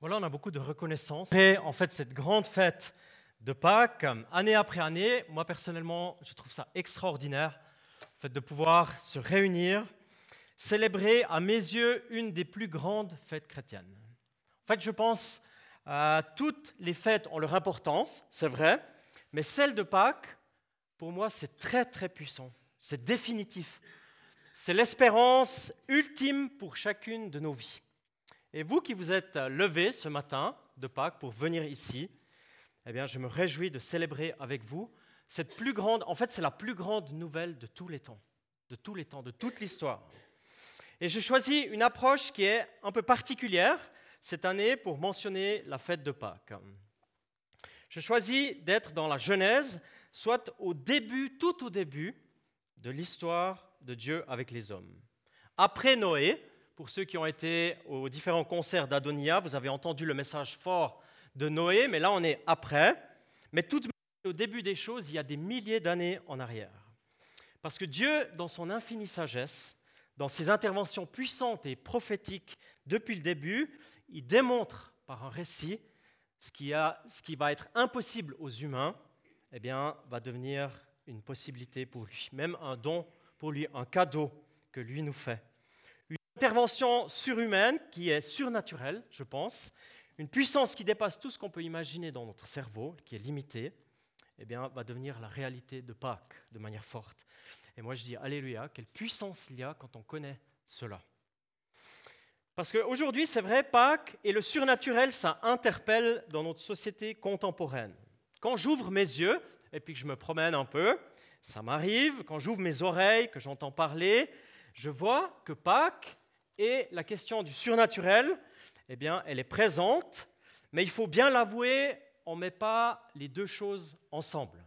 Voilà, on a beaucoup de reconnaissance. Et en fait, cette grande fête de Pâques, année après année, moi personnellement, je trouve ça extraordinaire, le fait de pouvoir se réunir, célébrer à mes yeux une des plus grandes fêtes chrétiennes. En fait, je pense toutes les fêtes ont leur importance, c'est vrai, mais celle de Pâques, pour moi, c'est très très puissant, c'est définitif. C'est l'espérance ultime pour chacune de nos vies. Et vous qui vous êtes levés ce matin de Pâques pour venir ici, eh bien, je me réjouis de célébrer avec vous cette plus grande, en fait, c'est la plus grande nouvelle de tous les temps, de toute l'histoire. Et j'ai choisi une approche qui est un peu particulière cette année pour mentionner la fête de Pâques. J'ai choisi d'être dans la Genèse, soit au début, tout au début de l'histoire de Dieu avec les hommes. Après Noé, pour ceux qui ont été aux différents concerts d'Adonia, vous avez entendu le message fort de Noé, mais là on est après. Mais tout de même, au début des choses, il y a des milliers d'années en arrière. Parce que Dieu, dans son infinie sagesse, dans ses interventions puissantes et prophétiques depuis le début, il démontre par un récit ce qui va être impossible aux humains, eh bien, va devenir une possibilité pour lui, même un don pour lui, un cadeau que lui nous fait. Une intervention surhumaine qui est surnaturelle, je pense, une puissance qui dépasse tout ce qu'on peut imaginer dans notre cerveau, qui est limitée, eh bien, va devenir la réalité de Pâques de manière forte. Et moi je dis, alléluia, quelle puissance il y a quand on connaît cela. Parce qu'aujourd'hui, c'est vrai, Pâques et le surnaturel, ça interpelle dans notre société contemporaine. Quand j'ouvre mes yeux et puis que je me promène un peu, ça m'arrive, quand j'ouvre mes oreilles, que j'entends parler, je vois que Pâques et la question du surnaturel, eh bien, elle est présente, mais il faut bien l'avouer, on ne met pas les deux choses ensemble.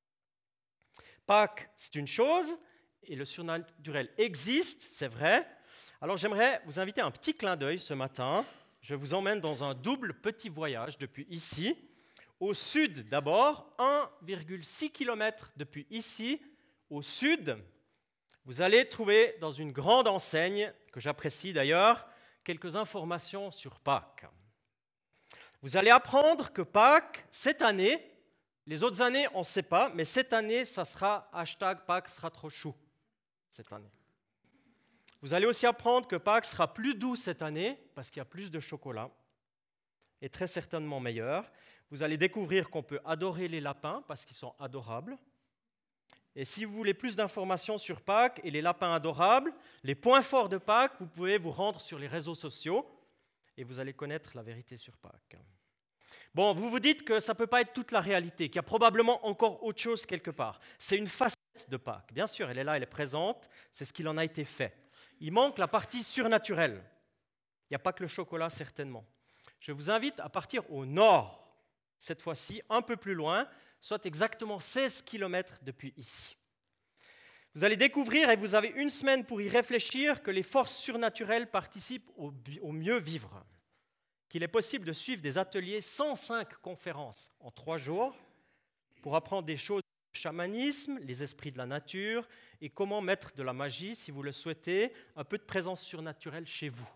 Pâques, c'est une chose, et le surnaturel existe, c'est vrai. Alors j'aimerais vous inviter à un petit clin d'œil ce matin. Je vous emmène dans un double petit voyage depuis ici. Au sud d'abord, 1,6 km depuis ici, au sud, vous allez trouver dans une grande enseigne, que j'apprécie d'ailleurs, quelques informations sur Pâques. Vous allez apprendre que Pâques, cette année, les autres années, on ne sait pas, mais cette année, ça sera #Pâques sera trop chou, cette année. Vous allez aussi apprendre que Pâques sera plus doux cette année, parce qu'il y a plus de chocolat, et très certainement meilleur. Vous allez découvrir qu'on peut adorer les lapins, parce qu'ils sont adorables. Et si vous voulez plus d'informations sur Pâques et les lapins adorables, les points forts de Pâques, vous pouvez vous rendre sur les réseaux sociaux, et vous allez connaître la vérité sur Pâques. Bon, vous vous dites que ça ne peut pas être toute la réalité, qu'il y a probablement encore autre chose quelque part. C'est une facette de Pâques. Bien sûr, elle est là, elle est présente, c'est ce qu'il en a été fait. Il manque la partie surnaturelle. Il n'y a pas que le chocolat, certainement. Je vous invite à partir au nord, cette fois-ci, un peu plus loin, soit exactement 16 km depuis ici. Vous allez découvrir, et vous avez une semaine pour y réfléchir, que les forces surnaturelles participent au mieux vivre. Qu'il est possible de suivre des ateliers, 105 conférences en 3 jours, pour apprendre des choses sur le chamanisme, les esprits de la nature, et comment mettre de la magie, si vous le souhaitez, un peu de présence surnaturelle chez vous.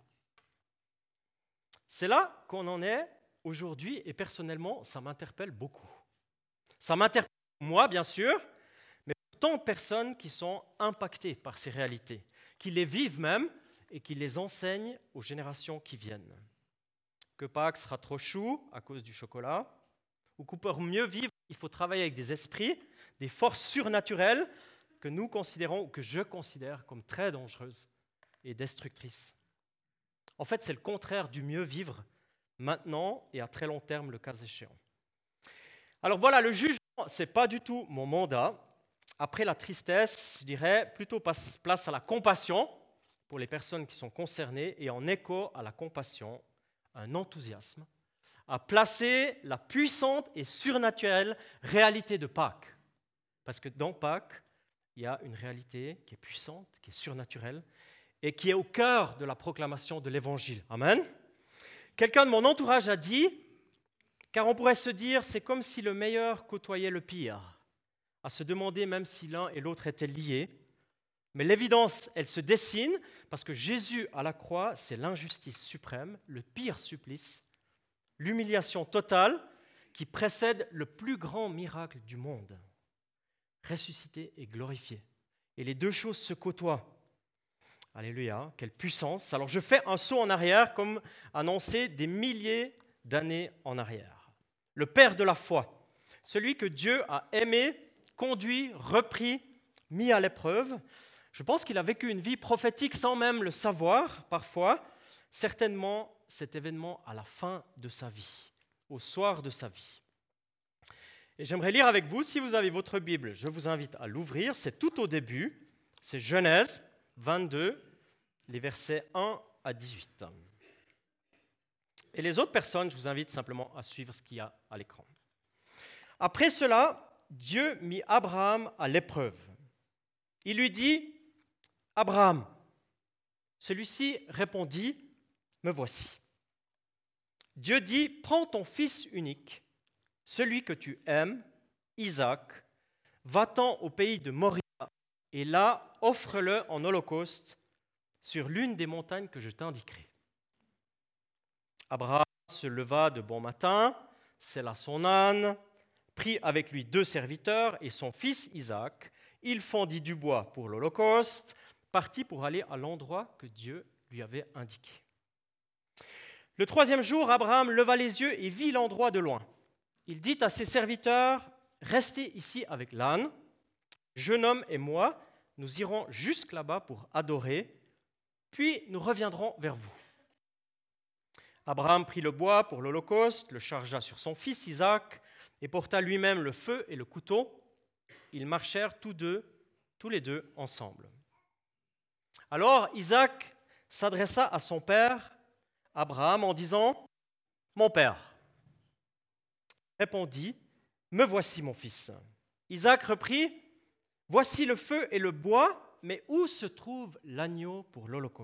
C'est là qu'on en est aujourd'hui, et personnellement, ça m'interpelle beaucoup. Ça m'interpelle moi, bien sûr, mais pour tant de personnes qui sont impactées par ces réalités, qui les vivent même, et qui les enseignent aux générations qui viennent. Que Pâques sera trop chou à cause du chocolat, ou que pour mieux vivre, il faut travailler avec des esprits, des forces surnaturelles que nous considérons, ou que je considère comme très dangereuses et destructrices. En fait, c'est le contraire du mieux vivre maintenant et à très long terme, le cas échéant. Alors voilà, le jugement, ce n'est pas du tout mon mandat. Après la tristesse, je dirais plutôt place à la compassion pour les personnes qui sont concernées et en écho à la compassion, un enthousiasme, à placer la puissante et surnaturelle réalité de Pâques. Parce que dans Pâques, il y a une réalité qui est puissante, qui est surnaturelle, et qui est au cœur de la proclamation de l'Évangile. Amen. Quelqu'un de mon entourage a dit, car on pourrait se dire, c'est comme si le meilleur côtoyait le pire, à se demander même si l'un et l'autre étaient liés. Mais l'évidence, elle se dessine parce que Jésus à la croix, c'est l'injustice suprême, le pire supplice, l'humiliation totale qui précède le plus grand miracle du monde, ressuscité et glorifié. Et les deux choses se côtoient. Alléluia, quelle puissance. Alors je fais un saut en arrière, comme annoncé des milliers d'années en arrière. Le Père de la foi, celui que Dieu a aimé, conduit, repris, mis à l'épreuve. Je pense qu'il a vécu une vie prophétique sans même le savoir parfois. Certainement cet événement à la fin de sa vie, au soir de sa vie. Et j'aimerais lire avec vous, si vous avez votre Bible, je vous invite à l'ouvrir, c'est tout au début, c'est Genèse 22, les versets 1 à 18. Et les autres personnes, je vous invite simplement à suivre ce qu'il y a à l'écran. Après cela, Dieu mit Abraham à l'épreuve. Il lui dit, « Abraham ». Celui-ci répondit, « Me voici ». Dieu dit, « Prends ton fils unique, celui que tu aimes, Isaac, va-t'en au pays de Moria, et là, offre-le en holocauste sur l'une des montagnes que je t'indiquerai. » Abraham se leva de bon matin, sella son âne, prit avec lui 2 serviteurs et son fils Isaac. Il fendit du bois pour l'holocauste, partit pour aller à l'endroit que Dieu lui avait indiqué. Le 3e jour, Abraham leva les yeux et vit l'endroit de loin. Il dit à ses serviteurs, « Restez ici avec l'âne, jeune homme et moi, nous irons jusque là-bas pour adorer, puis nous reviendrons vers vous. » Abraham prit le bois pour l'holocauste, le chargea sur son fils Isaac et porta lui-même le feu et le couteau. Ils marchèrent tous les deux ensemble. Alors Isaac s'adressa à son père, Abraham, en disant, « Mon père » répondit, « Me voici mon fils. » Isaac reprit, « Voici le feu et le bois, mais où se trouve l'agneau pour l'holocauste »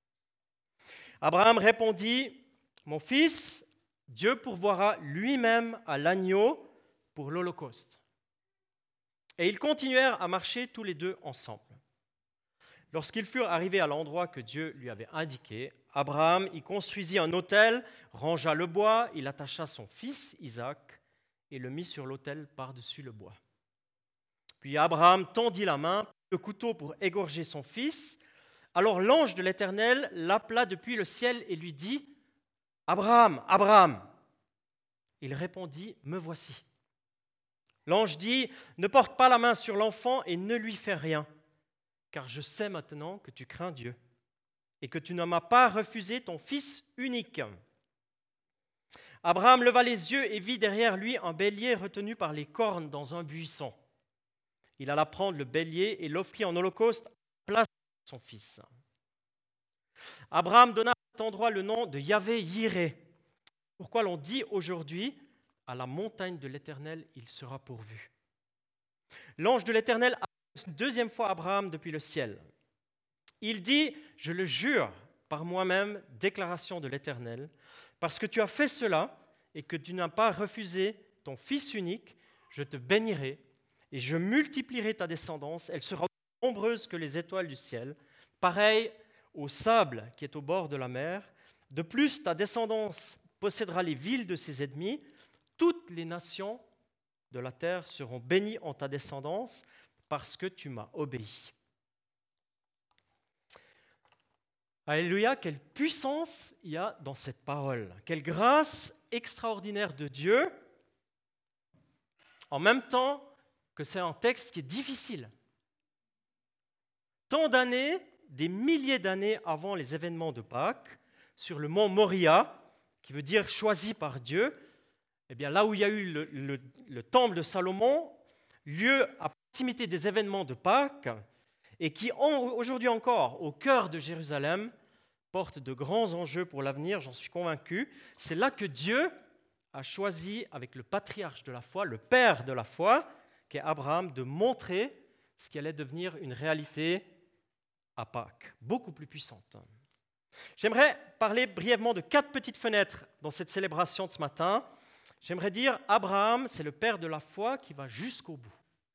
Abraham répondit, « Mon fils, Dieu pourvoira lui-même à l'agneau pour l'holocauste. » Et ils continuèrent à marcher tous les deux ensemble. Lorsqu'ils furent arrivés à l'endroit que Dieu lui avait indiqué, Abraham y construisit un autel, rangea le bois, il attacha son fils Isaac et le mit sur l'autel par-dessus le bois. Puis Abraham tendit la main, le couteau pour égorger son fils. Alors l'ange de l'Éternel l'appela depuis le ciel et lui dit, « Abraham, Abraham !» Il répondit, « Me voici. » L'ange dit, « Ne porte pas la main sur l'enfant et ne lui fais rien, car je sais maintenant que tu crains Dieu et que tu ne m'as pas refusé ton fils unique. » Abraham leva les yeux et vit derrière lui un bélier retenu par les cornes dans un buisson. Il alla prendre le bélier et l'offrit en holocauste à la place de son fils. Abraham donna à cet endroit le nom de Yahvé-Yireh. Pourquoi l'on dit aujourd'hui, à la montagne de l'Éternel, il sera pourvu. L'ange de l'Éternel appela une 2e fois Abraham depuis le ciel. Il dit, « Je le jure par moi-même, déclaration de l'Éternel, parce que tu as fait cela et que tu n'as pas refusé ton fils unique, je te bénirai et je multiplierai ta descendance. Elle sera aussi nombreuse que les étoiles du ciel, pareille au sable qui est au bord de la mer. De plus, ta descendance possédera les villes de ses ennemis. Toutes les nations de la terre seront bénies en ta descendance parce que tu m'as obéi. » Alléluia, quelle puissance il y a dans cette parole. Quelle grâce extraordinaire de Dieu, en même temps que c'est un texte qui est difficile. Tant d'années, des milliers d'années avant les événements de Pâques, sur le mont Moria, qui veut dire choisi par Dieu, eh bien là où il y a eu le temple de Salomon, lieu à proximité des événements de Pâques, et qui aujourd'hui encore, au cœur de Jérusalem, porte de grands enjeux pour l'avenir, j'en suis convaincu. C'est là que Dieu a choisi, avec le patriarche de la foi, le père de la foi, qui est Abraham, de montrer ce qui allait devenir une réalité à Pâques, beaucoup plus puissante. J'aimerais parler brièvement de 4 petites fenêtres dans cette célébration de ce matin. J'aimerais dire, Abraham, c'est le père de la foi qui va jusqu'au bout.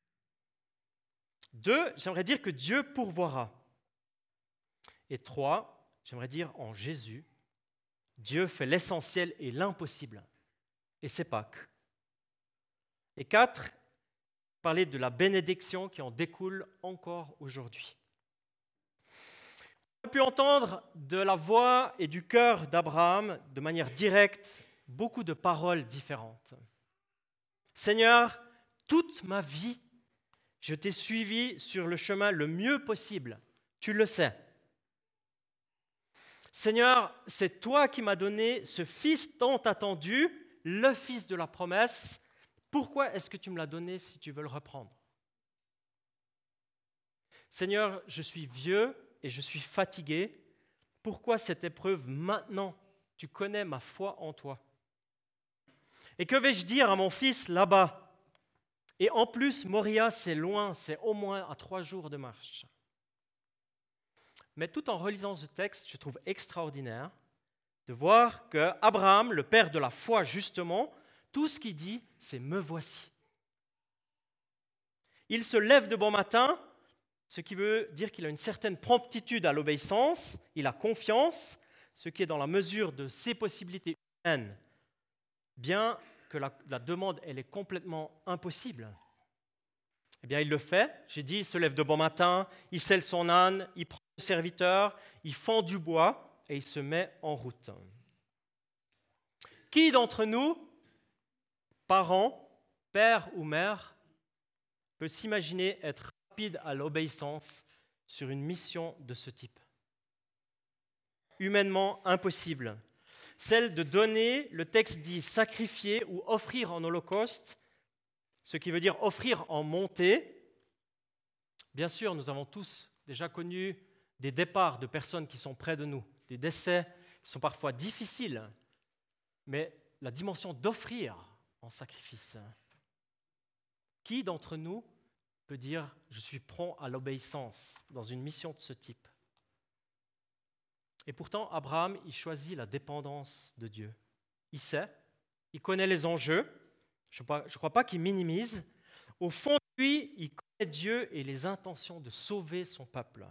2, j'aimerais dire que Dieu pourvoira. Et 3, j'aimerais dire en Jésus, Dieu fait l'essentiel et l'impossible. Et c'est Pâques. Et 4, parler de la bénédiction qui en découle encore aujourd'hui. On a pu entendre de la voix et du cœur d'Abraham, de manière directe, beaucoup de paroles différentes. Seigneur, toute ma vie, je t'ai suivi sur le chemin le mieux possible. Tu le sais. Seigneur, c'est toi qui m'as donné ce fils tant attendu, le fils de la promesse. Pourquoi est-ce que tu me l'as donné si tu veux le reprendre? Seigneur, je suis vieux et je suis fatigué. Pourquoi cette épreuve maintenant? Tu connais ma foi en toi. Et que vais-je dire à mon fils là-bas? Et en plus, Moria, c'est loin, c'est au moins à 3 jours de marche. Mais tout en relisant ce texte, je trouve extraordinaire de voir que Abraham, le père de la foi justement, tout ce qu'il dit, c'est « me voici ». Il se lève de bon matin, ce qui veut dire qu'il a une certaine promptitude à l'obéissance, il a confiance, ce qui est dans la mesure de ses possibilités humaines, bien que la demande, elle est complètement impossible. Eh bien, il le fait. J'ai dit, il se lève de bon matin, il selle son âne, il prend le serviteur, il fend du bois et il se met en route. Qui d'entre nous, parents, père ou mère, peut s'imaginer être rapide à l'obéissance sur une mission de ce type? Humainement impossible. Celle de donner, le texte dit sacrifier ou offrir en holocauste, ce qui veut dire offrir en montée. Bien sûr, nous avons tous déjà connu des départs de personnes qui sont près de nous, des décès qui sont parfois difficiles, mais la dimension d'offrir en sacrifice. Qui d'entre nous peut dire « je suis prompt à l'obéissance » dans une mission de ce type? Et pourtant, Abraham, il choisit la dépendance de Dieu. Il sait, il connaît les enjeux, je ne crois pas qu'il minimise. Au fond de lui, il connaît Dieu et les intentions de sauver son peuple.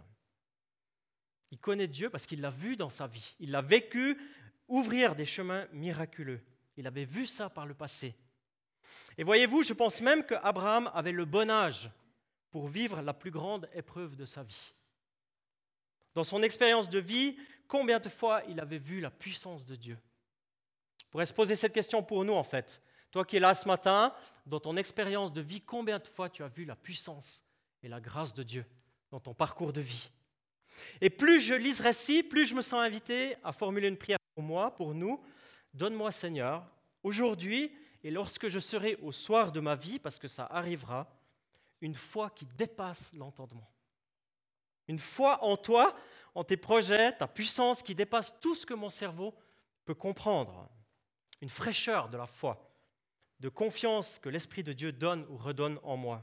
Il connaît Dieu parce qu'il l'a vu dans sa vie. Il l'a vécu ouvrir des chemins miraculeux. Il avait vu ça par le passé. Et voyez-vous, je pense même qu'Abraham avait le bon âge pour vivre la plus grande épreuve de sa vie. Dans son expérience de vie, combien de fois il avait vu la puissance de Dieu? On pourrait se poser cette question pour nous en fait. Toi qui es là ce matin, dans ton expérience de vie, combien de fois tu as vu la puissance et la grâce de Dieu dans ton parcours de vie? Et plus je lis ce récit, plus je me sens invité à formuler une prière pour moi, pour nous. Donne-moi Seigneur, aujourd'hui et lorsque je serai au soir de ma vie, parce que ça arrivera, une foi qui dépasse l'entendement. Une foi en toi, en tes projets, ta puissance qui dépasse tout ce que mon cerveau peut comprendre. Une fraîcheur de la foi, de confiance que l'Esprit de Dieu donne ou redonne en moi.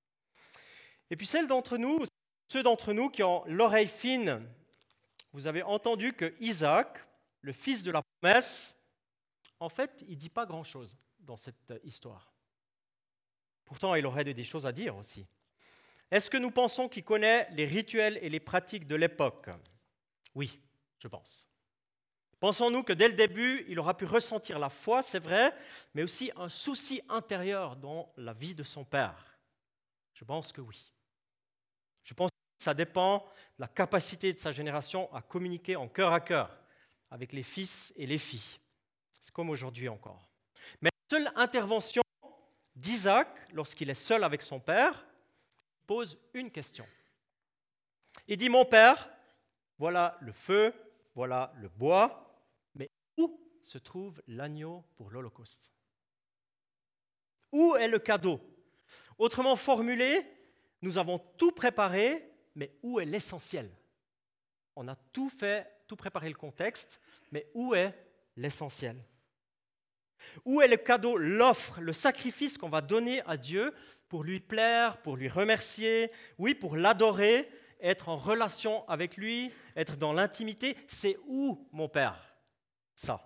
Et puis ceux d'entre nous qui ont l'oreille fine, vous avez entendu que Isaac, le fils de la promesse, en fait, il ne dit pas grand-chose dans cette histoire. Pourtant, il aurait des choses à dire aussi. Est-ce que nous pensons qu'il connaît les rituels et les pratiques de l'époque? Oui, je pense. Pensons-nous que dès le début, il aura pu ressentir la foi, c'est vrai, mais aussi un souci intérieur dans la vie de son père? Je pense que oui. Je pense que ça dépend de la capacité de sa génération à communiquer en cœur à cœur avec les fils et les filles. C'est comme aujourd'hui encore. Mais la seule intervention d'Isaac, lorsqu'il est seul avec son père, pose une question. Il dit, mon père, voilà le feu, voilà le bois, mais où se trouve l'agneau pour l'Holocauste? Où est le cadeau? Autrement formulé, nous avons tout préparé, mais où est l'essentiel? On a tout fait, tout préparé le contexte, mais où est l'essentiel? Où est le cadeau, l'offre, le sacrifice qu'on va donner à Dieu pour lui plaire, pour lui remercier, oui, pour l'adorer, être en relation avec lui, être dans l'intimité? C'est où, mon Père, ça?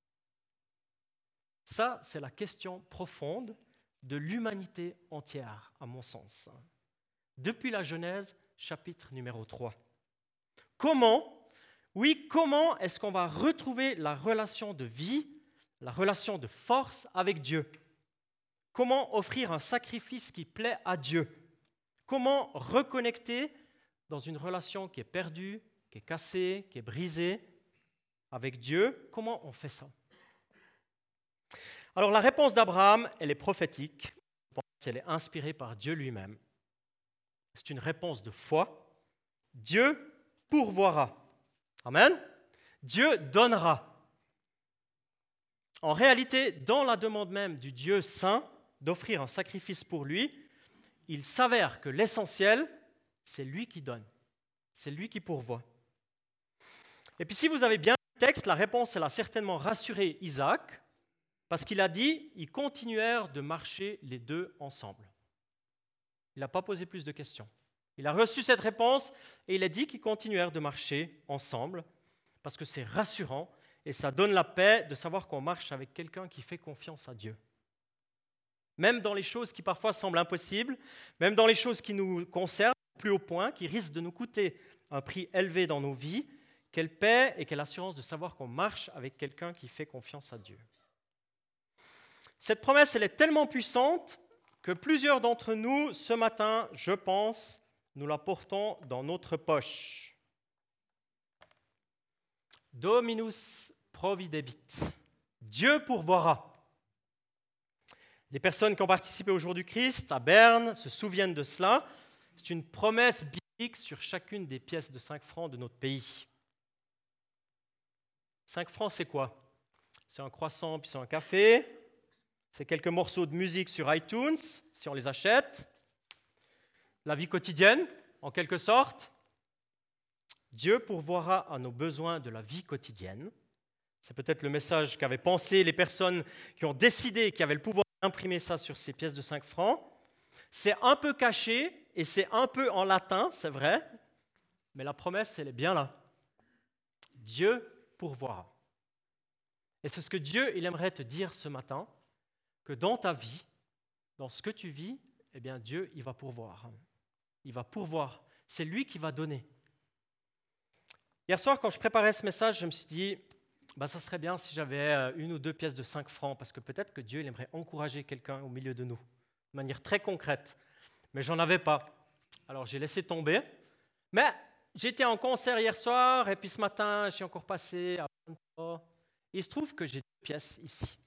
Ça, c'est la question profonde de l'humanité entière, à mon sens. Depuis la Genèse, chapitre numéro 3. Comment, Oui, comment est-ce qu'on va retrouver la relation de vie, la relation de force avec Dieu? Comment offrir un sacrifice qui plaît à Dieu? Comment reconnecter dans une relation qui est perdue, qui est cassée, qui est brisée avec Dieu? Comment on fait ça? Alors la réponse d'Abraham, elle est prophétique. Je pense qu'elle est inspirée par Dieu lui-même. C'est une réponse de foi. Dieu pourvoira. Amen. Dieu donnera. En réalité, dans la demande même du Dieu saint d'offrir un sacrifice pour lui, il s'avère que l'essentiel, c'est lui qui donne. C'est lui qui pourvoit. Et puis si vous avez bien le texte, la réponse, elle a certainement rassuré Isaac, parce qu'il a dit, ils continuèrent de marcher les deux ensemble. Il n'a pas posé plus de questions. Il a reçu cette réponse et il a dit qu'ils continuèrent de marcher ensemble, parce que c'est rassurant et ça donne la paix de savoir qu'on marche avec quelqu'un qui fait confiance à Dieu. Même dans les choses qui parfois semblent impossibles, même dans les choses qui nous concernent plus au point, qui risquent de nous coûter un prix élevé dans nos vies, quelle paix et quelle assurance de savoir qu'on marche avec quelqu'un qui fait confiance à Dieu. Cette promesse, elle est tellement puissante que plusieurs d'entre nous, ce matin, je pense, nous la portons dans notre poche. Dominus providebit. Dieu pourvoira. Les personnes qui ont participé au Jour du Christ à Berne se souviennent de cela. C'est une promesse biblique sur chacune des pièces de 5 francs de notre pays. 5 francs, c'est quoi? C'est un croissant puis c'est un café. C'est quelques morceaux de musique sur iTunes, si on les achète. La vie quotidienne, en quelque sorte. Dieu pourvoira à nos besoins de la vie quotidienne. C'est peut-être le message qu'avaient pensé les personnes qui ont décidé, qui avaient le pouvoir d'imprimer ça sur ces pièces de 5 francs. C'est un peu caché et c'est un peu en latin, c'est vrai, mais la promesse, elle est bien là. Dieu pourvoira. Et c'est ce que Dieu, il aimerait te dire ce matin, que dans ta vie, dans ce que tu vis, eh bien Dieu, il va pourvoir. Il va pourvoir. C'est lui qui va donner. Hier soir, quand je préparais ce message, je me suis dit, ça serait bien si j'avais 1 ou 2 pièces de 5 francs, parce que peut-être que Dieu il aimerait encourager quelqu'un au milieu de nous, de manière très concrète. Mais j'en avais pas. Alors j'ai laissé tomber. Mais j'étais en concert hier soir, et puis ce matin, j'ai encore passé à il se trouve que j'ai 2 pièces ici.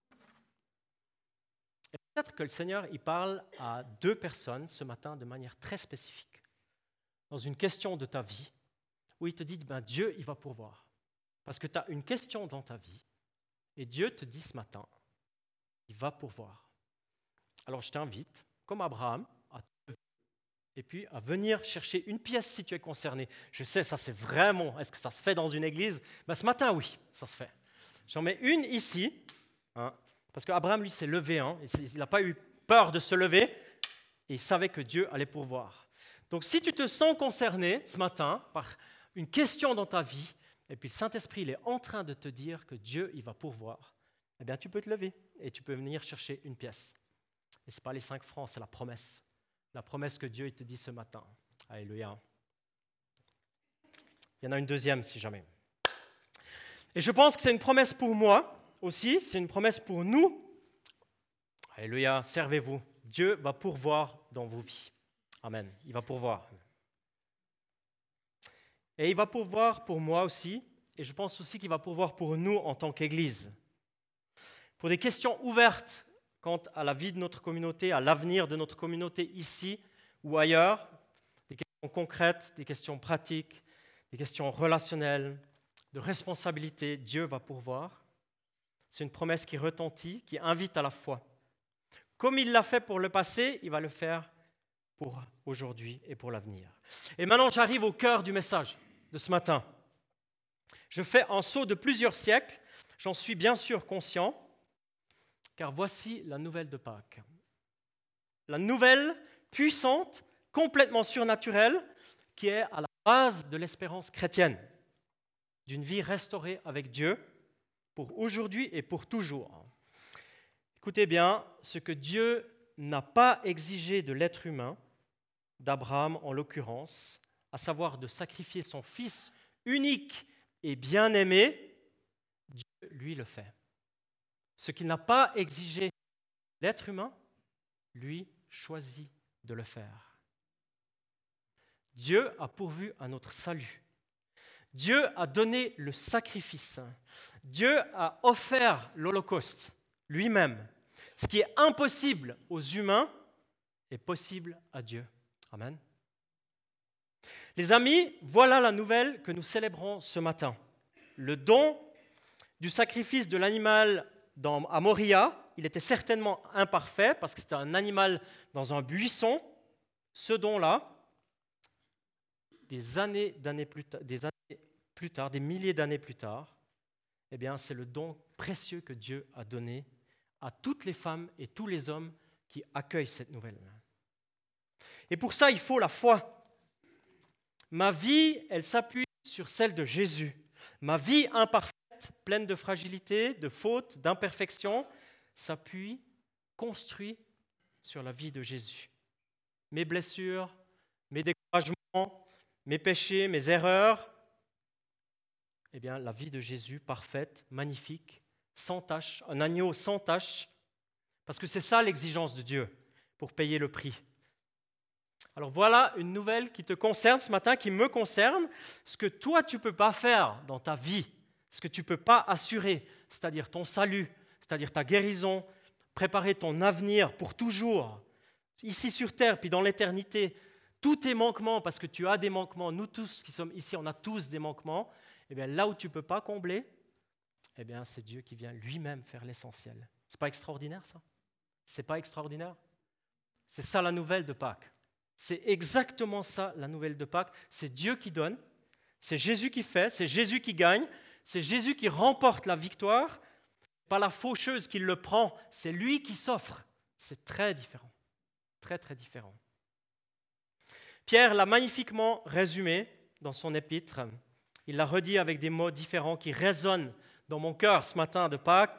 Et peut-être que le Seigneur il parle à 2 personnes ce matin de manière très spécifique, dans une question de ta vie, où il te dit, Dieu, il va pourvoir. Parce que tu as une question dans ta vie, et Dieu te dit ce matin, il va pourvoir. Alors je t'invite, comme Abraham, à te lever, et puis à venir chercher une pièce si tu es concerné. Je sais, ça c'est vraiment, est-ce que ça se fait dans une église? Ce matin, oui, ça se fait. J'en mets une ici, parce qu'Abraham, lui, s'est levé, il n'a pas eu peur de se lever, et il savait que Dieu allait pourvoir. Donc si tu te sens concerné ce matin par une question dans ta vie, et puis le Saint-Esprit il est en train de te dire que Dieu il va pourvoir, eh bien tu peux te lever et tu peux venir chercher une pièce. Et ce n'est pas les 5 francs, c'est la promesse. La promesse que Dieu il te dit ce matin. Alléluia. Il y en a une deuxième si jamais. Et je pense que c'est une promesse pour moi aussi, c'est une promesse pour nous. Alléluia, servez-vous. Dieu va pourvoir dans vos vies. Amen. Il va pourvoir. Et il va pourvoir pour moi aussi, et je pense aussi qu'il va pourvoir pour nous en tant qu'Église. Pour des questions ouvertes quant à la vie de notre communauté, à l'avenir de notre communauté ici ou ailleurs, des questions concrètes, des questions pratiques, des questions relationnelles, de responsabilité, Dieu va pourvoir. C'est une promesse qui retentit, qui invite à la foi. Comme il l'a fait pour le passé, il va le faire pour aujourd'hui et pour l'avenir. Et maintenant, j'arrive au cœur du message de ce matin. Je fais un saut de plusieurs siècles, j'en suis bien sûr conscient, car voici la nouvelle de Pâques. La nouvelle puissante, complètement surnaturelle, qui est à la base de l'espérance chrétienne, d'une vie restaurée avec Dieu pour aujourd'hui et pour toujours. Écoutez bien, ce que Dieu n'a pas exigé de l'être humain, d'Abraham en l'occurrence, à savoir de sacrifier son fils unique et bien-aimé, Dieu, lui, le fait. Ce qu'il n'a pas exigé l'être humain, lui, choisit de le faire. Dieu a pourvu à notre salut. Dieu a donné le sacrifice. Dieu a offert l'Holocauste lui-même. Ce qui est impossible aux humains est possible à Dieu. Amen. Les amis, voilà la nouvelle que nous célébrons ce matin. Le don du sacrifice de l'animal à Moria, il était certainement imparfait parce que c'était un animal dans un buisson. Ce don-là, des milliers d'années plus tard, eh bien, c'est le don précieux que Dieu a donné à toutes les femmes et tous les hommes qui accueillent cette nouvelle. Et pour ça, il faut la foi. Ma vie, elle s'appuie sur celle de Jésus. Ma vie imparfaite, pleine de fragilité, de fautes, d'imperfections, s'appuie, construit sur la vie de Jésus. Mes blessures, mes découragements, mes péchés, mes erreurs, eh bien, la vie de Jésus, parfaite, magnifique, sans tache, un agneau sans tache, parce que c'est ça l'exigence de Dieu pour payer le prix. Alors voilà une nouvelle qui te concerne ce matin, qui me concerne, ce que toi tu ne peux pas faire dans ta vie, ce que tu ne peux pas assurer, c'est-à-dire ton salut, c'est-à-dire ta guérison, préparer ton avenir pour toujours, ici sur terre, puis dans l'éternité, tous tes manquements, parce que tu as des manquements, nous tous qui sommes ici, on a tous des manquements, eh bien là où tu ne peux pas combler, eh bien c'est Dieu qui vient lui-même faire l'essentiel. C'est pas extraordinaire ça? C'est pas extraordinaire? C'est ça la nouvelle de Pâques. C'est exactement ça la nouvelle de Pâques. C'est Dieu qui donne, c'est Jésus qui fait, c'est Jésus qui gagne, c'est Jésus qui remporte la victoire, pas la faucheuse qui le prend, c'est lui qui s'offre. C'est très différent, très très différent. Pierre l'a magnifiquement résumé dans son épître. Il l'a redit avec des mots différents qui résonnent dans mon cœur ce matin de Pâques.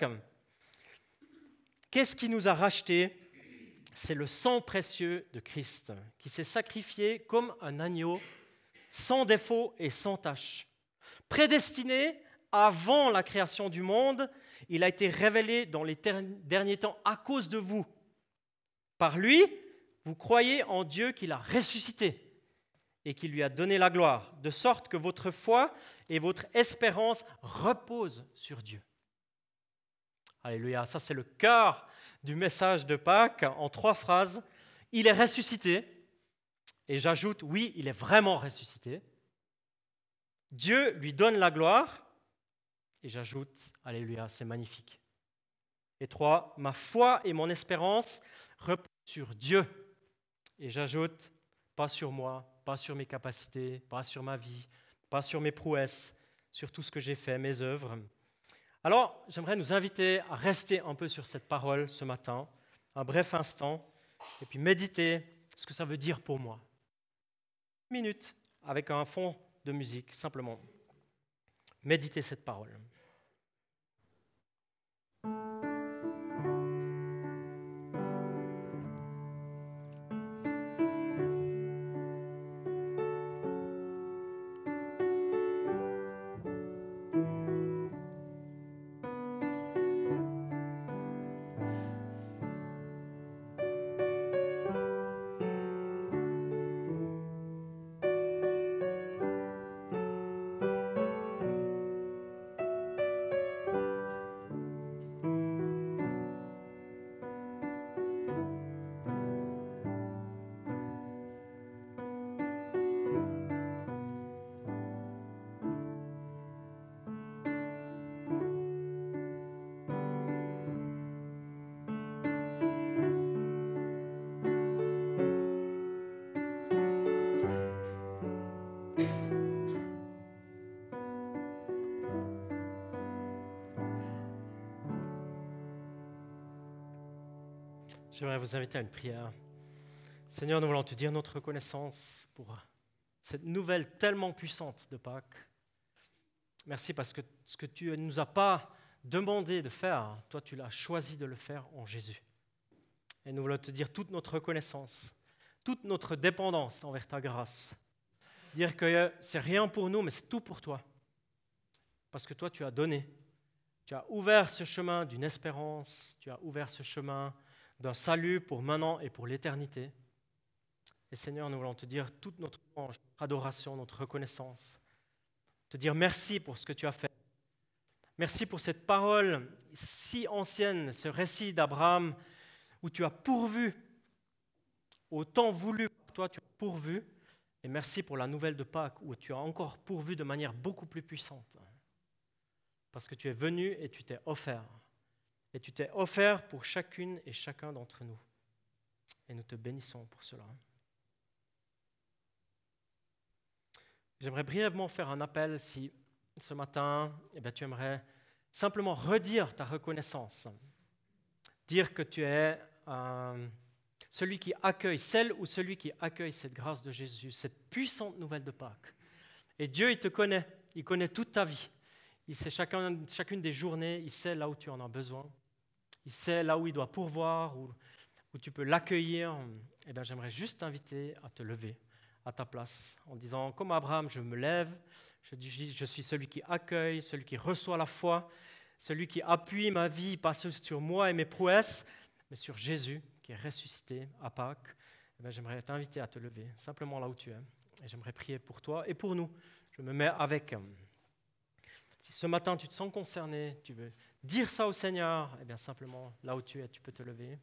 Qu'est-ce qui nous a rachetés? C'est le sang précieux de Christ qui s'est sacrifié comme un agneau, sans défaut et sans tache. Prédestiné avant la création du monde, il a été révélé dans les derniers temps à cause de vous. Par lui, vous croyez en Dieu qui l'a ressuscité et qui lui a donné la gloire, de sorte que votre foi et votre espérance reposent sur Dieu. Alléluia, ça c'est le cœur du message de Pâques en 3 phrases. Il est ressuscité, et j'ajoute, oui, il est vraiment ressuscité. Dieu lui donne la gloire, et j'ajoute, alléluia, c'est magnifique. Et 3, ma foi et mon espérance reposent sur Dieu, et j'ajoute, pas sur moi, pas sur mes capacités, pas sur ma vie, pas sur mes prouesses, sur tout ce que j'ai fait, mes œuvres. Alors, j'aimerais nous inviter à rester un peu sur cette parole ce matin, un bref instant, et puis méditer ce que ça veut dire pour moi. 1 minute avec un fond de musique, simplement. Méditer cette parole. J'aimerais vous inviter à une prière. Seigneur, nous voulons te dire notre reconnaissance pour cette nouvelle tellement puissante de Pâques. Merci parce que ce que tu ne nous as pas demandé de faire, toi tu l'as choisi de le faire en Jésus. Et nous voulons te dire toute notre reconnaissance, toute notre dépendance envers ta grâce. Dire que c'est rien pour nous, mais c'est tout pour toi. parce que toi, tu as donné. Tu as ouvert ce chemin d'une espérance, tu as ouvert ce chemin d'un salut pour maintenant et pour l'éternité. Et Seigneur, nous voulons te dire toute notre louange, notre adoration, notre reconnaissance. Te dire merci pour ce que tu as fait. Merci pour cette parole si ancienne, ce récit d'Abraham où tu as pourvu, au temps voulu par toi, tu as pourvu. Et merci pour la nouvelle de Pâques où tu as encore pourvu de manière beaucoup plus puissante. Parce que tu es venu et tu t'es offert. Et tu t'es offert pour chacune et chacun d'entre nous. Et nous te bénissons pour cela. J'aimerais brièvement faire un appel si ce matin, tu aimerais simplement redire ta reconnaissance. Dire que tu es celui qui accueille, celle ou celui qui accueille cette grâce de Jésus, cette puissante nouvelle de Pâques. Et Dieu, il te connaît, il connaît toute ta vie. Il sait chacune des journées, il sait là où tu en as besoin. Il sait là où il doit pourvoir, où tu peux l'accueillir. J'aimerais juste t'inviter à te lever à ta place en disant, comme Abraham, je me lève, je suis celui qui accueille, celui qui reçoit la foi, celui qui appuie ma vie, pas sur moi et mes prouesses, mais sur Jésus qui est ressuscité à Pâques. J'aimerais t'inviter à te lever, simplement là où tu es. Et j'aimerais prier pour toi et pour nous. Je me mets avec. Si ce matin tu te sens concerné, tu veux dire ça au Seigneur, simplement là où tu es, tu peux te lever.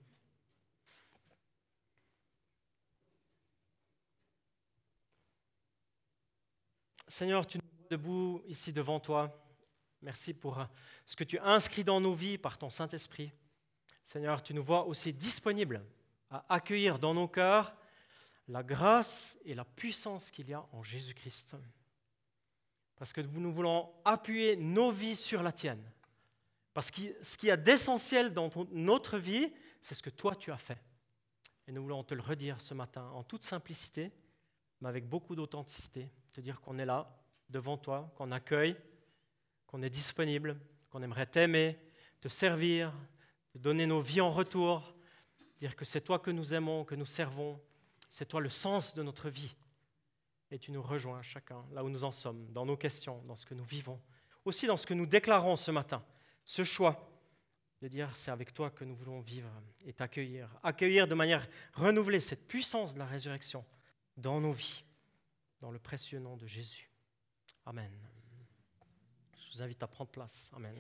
Seigneur, tu nous vois debout ici devant toi. Merci pour ce que tu as inscrit dans nos vies par ton Saint-Esprit. Seigneur, tu nous vois aussi disponibles à accueillir dans nos cœurs la grâce et la puissance qu'il y a en Jésus-Christ. Parce que nous voulons appuyer nos vies sur la tienne. Parce que ce qu'il y a d'essentiel dans notre vie, c'est ce que toi tu as fait. Et nous voulons te le redire ce matin en toute simplicité, mais avec beaucoup d'authenticité. Te dire qu'on est là, devant toi, qu'on accueille, qu'on est disponible, qu'on aimerait t'aimer, te servir, te donner nos vies en retour, dire que c'est toi que nous aimons, que nous servons, c'est toi le sens de notre vie. Et tu nous rejoins chacun, là où nous en sommes, dans nos questions, dans ce que nous vivons, aussi dans ce que nous déclarons ce matin, ce choix de dire c'est avec toi que nous voulons vivre et t'accueillir, accueillir de manière renouvelée cette puissance de la résurrection dans nos vies. Dans le précieux nom de Jésus. Amen. Je vous invite à prendre place. Amen.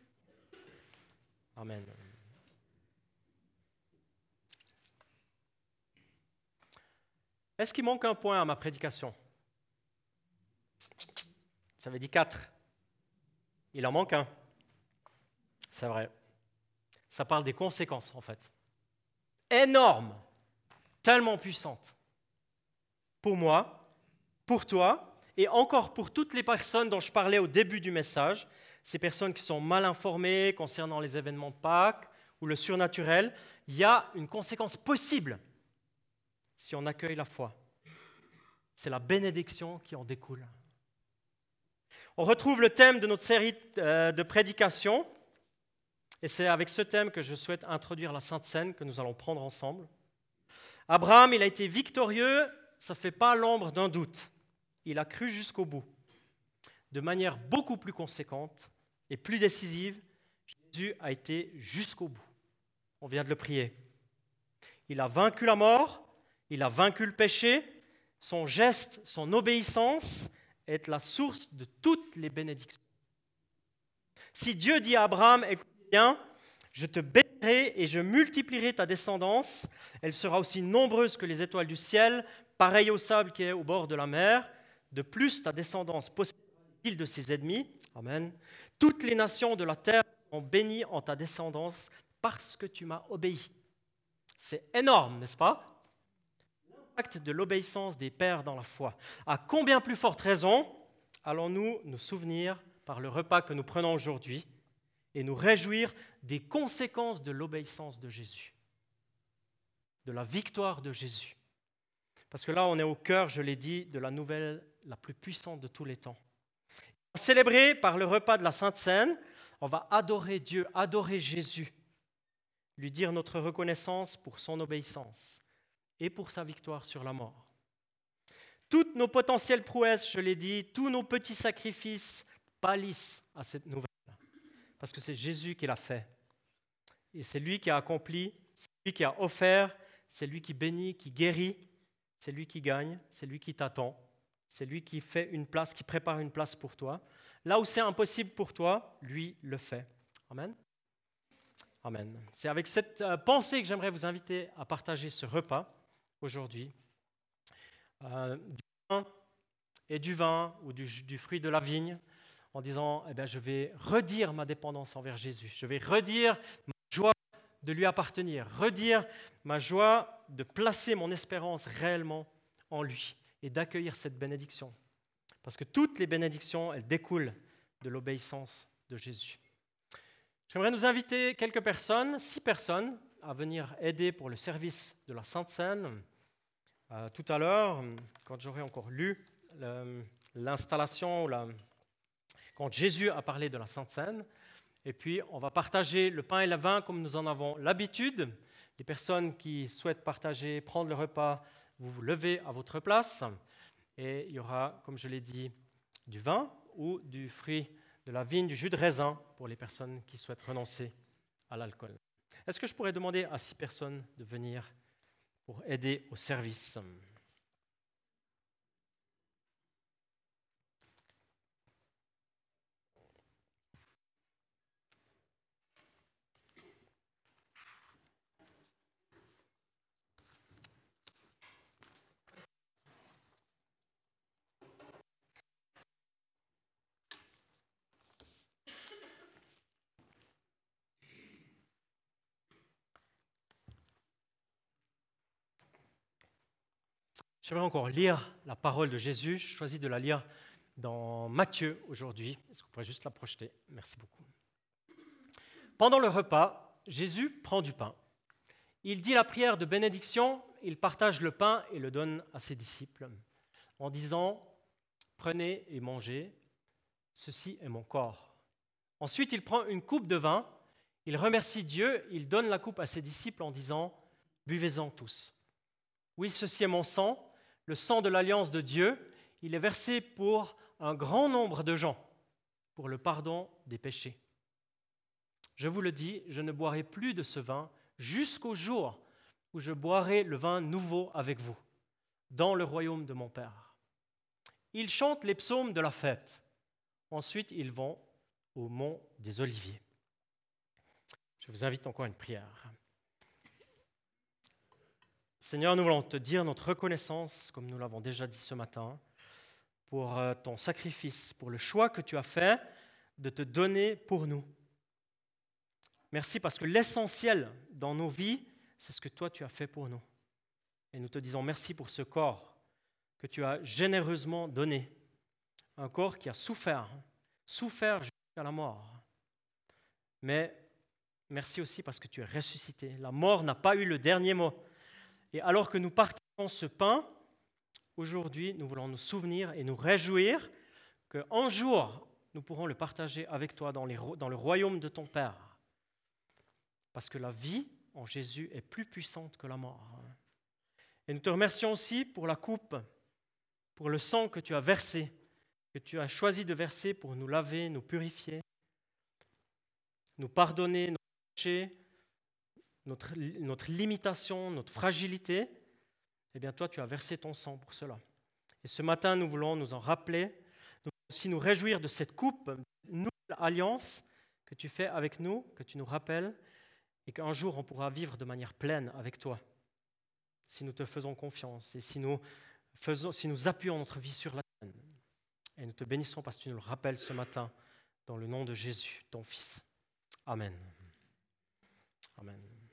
Amen. Est-ce qu'il manque un point à ma prédication? Ça avait dit 4. Il en manque un. C'est vrai. Ça parle des conséquences, en fait. Énormes. Tellement puissantes. Pour moi, pour toi, et encore pour toutes les personnes dont je parlais au début du message, ces personnes qui sont mal informées concernant les événements de Pâques ou le surnaturel, il y a une conséquence possible si on accueille la foi. C'est la bénédiction qui en découle. On retrouve le thème de notre série de prédications, et c'est avec ce thème que je souhaite introduire la Sainte Seine que nous allons prendre ensemble. Abraham, il a été victorieux, ça ne fait pas l'ombre d'un doute. Il a cru jusqu'au bout. De manière beaucoup plus conséquente et plus décisive, Jésus a été jusqu'au bout. On vient de le prier. Il a vaincu la mort, il a vaincu le péché. Son geste, son obéissance est la source de toutes les bénédictions. Si Dieu dit à Abraham, écoute bien, je te bénirai et je multiplierai ta descendance, elle sera aussi nombreuse que les étoiles du ciel, pareille au sable qui est au bord de la mer. De plus, ta descendance possédera les villes de ses ennemis. Amen. Toutes les nations de la terre sont bénies en ta descendance parce que tu m'as obéi. C'est énorme, n'est-ce pas? L'impact de l'obéissance des pères dans la foi. À combien plus forte raison allons-nous nous souvenir par le repas que nous prenons aujourd'hui et nous réjouir des conséquences de l'obéissance de Jésus, de la victoire de Jésus. Parce que là, on est au cœur, je l'ai dit, de la nouvelle la plus puissante de tous les temps. On va célébrer par le repas de la Sainte Seine, on va adorer Dieu, adorer Jésus, lui dire notre reconnaissance pour son obéissance et pour sa victoire sur la mort. Toutes nos potentielles prouesses, je l'ai dit, tous nos petits sacrifices pâlissent à cette nouvelle, parce que c'est Jésus qui l'a fait. Et c'est lui qui a accompli, c'est lui qui a offert, c'est lui qui bénit, qui guérit, c'est lui qui gagne, c'est lui qui t'attend, c'est lui qui fait une place, qui prépare une place pour toi. Là où c'est impossible pour toi, lui le fait. Amen. Amen. C'est avec cette pensée que j'aimerais vous inviter à partager ce repas aujourd'hui. Du pain et du vin ou du fruit de la vigne, en disant je vais redire ma dépendance envers Jésus. Je vais redire ma joie de lui appartenir, redire ma joie de placer mon espérance réellement en lui et d'accueillir cette bénédiction. Parce que toutes les bénédictions, elles découlent de l'obéissance de Jésus. J'aimerais nous inviter quelques personnes, 6 personnes, à venir aider pour le service de la Sainte Seine. Tout à l'heure, quand j'aurai encore lu l'installation, quand Jésus a parlé de la Sainte Seine, et puis on va partager le pain et le vin comme nous en avons l'habitude. Les personnes qui souhaitent partager, prendre le repas, vous vous levez à votre place, et il y aura, comme je l'ai dit, du vin ou du fruit de la vigne, du jus de raisin pour les personnes qui souhaitent renoncer à l'alcool. Est-ce que je pourrais demander à 6 personnes de venir pour aider au service? J'aimerais encore lire la parole de Jésus. Je choisis de la lire dans Matthieu aujourd'hui. Est-ce que vous pourrez juste la projeter? Merci beaucoup. Pendant le repas, Jésus prend du pain. Il dit la prière de bénédiction, il partage le pain et le donne à ses disciples en disant « Prenez et mangez, ceci est mon corps ». Ensuite, il prend une coupe de vin, il remercie Dieu, il donne la coupe à ses disciples en disant « Buvez-en tous. Oui, ceci est mon sang, le sang de l'alliance de Dieu, il est versé pour un grand nombre de gens, pour le pardon des péchés. Je vous le dis, je ne boirai plus de ce vin jusqu'au jour où je boirai le vin nouveau avec vous, dans le royaume de mon Père. » Ils chantent les psaumes de la fête. Ensuite, ils vont au mont des Oliviers. Je vous invite encore à une prière. Seigneur, nous voulons te dire notre reconnaissance, comme nous l'avons déjà dit ce matin, pour ton sacrifice, pour le choix que tu as fait de te donner pour nous. Merci parce que l'essentiel dans nos vies, c'est ce que toi tu as fait pour nous. Et nous te disons merci pour ce corps que tu as généreusement donné, un corps qui a souffert jusqu'à la mort. Mais merci aussi parce que tu es ressuscité. La mort n'a pas eu le dernier mot. Et alors que nous partageons ce pain, aujourd'hui, nous voulons nous souvenir et nous réjouir qu'un jour, nous pourrons le partager avec toi dans le royaume de ton Père. Parce que la vie en Jésus est plus puissante que la mort. Et nous te remercions aussi pour la coupe, pour le sang que tu as versé, que tu as choisi de verser pour nous laver, nous purifier, nous pardonner nos péchés, notre limitation, notre fragilité. Eh bien, toi, tu as versé ton sang pour cela. Et ce matin, nous voulons nous en rappeler, nous voulons aussi nous réjouir de cette coupe, nouvelle alliance que tu fais avec nous, que tu nous rappelles, et qu'un jour, on pourra vivre de manière pleine avec toi, si nous te faisons confiance et si nous appuyons notre vie sur la tienne. Et nous te bénissons parce que tu nous le rappelles ce matin, dans le nom de Jésus, ton Fils. Amen. Amen.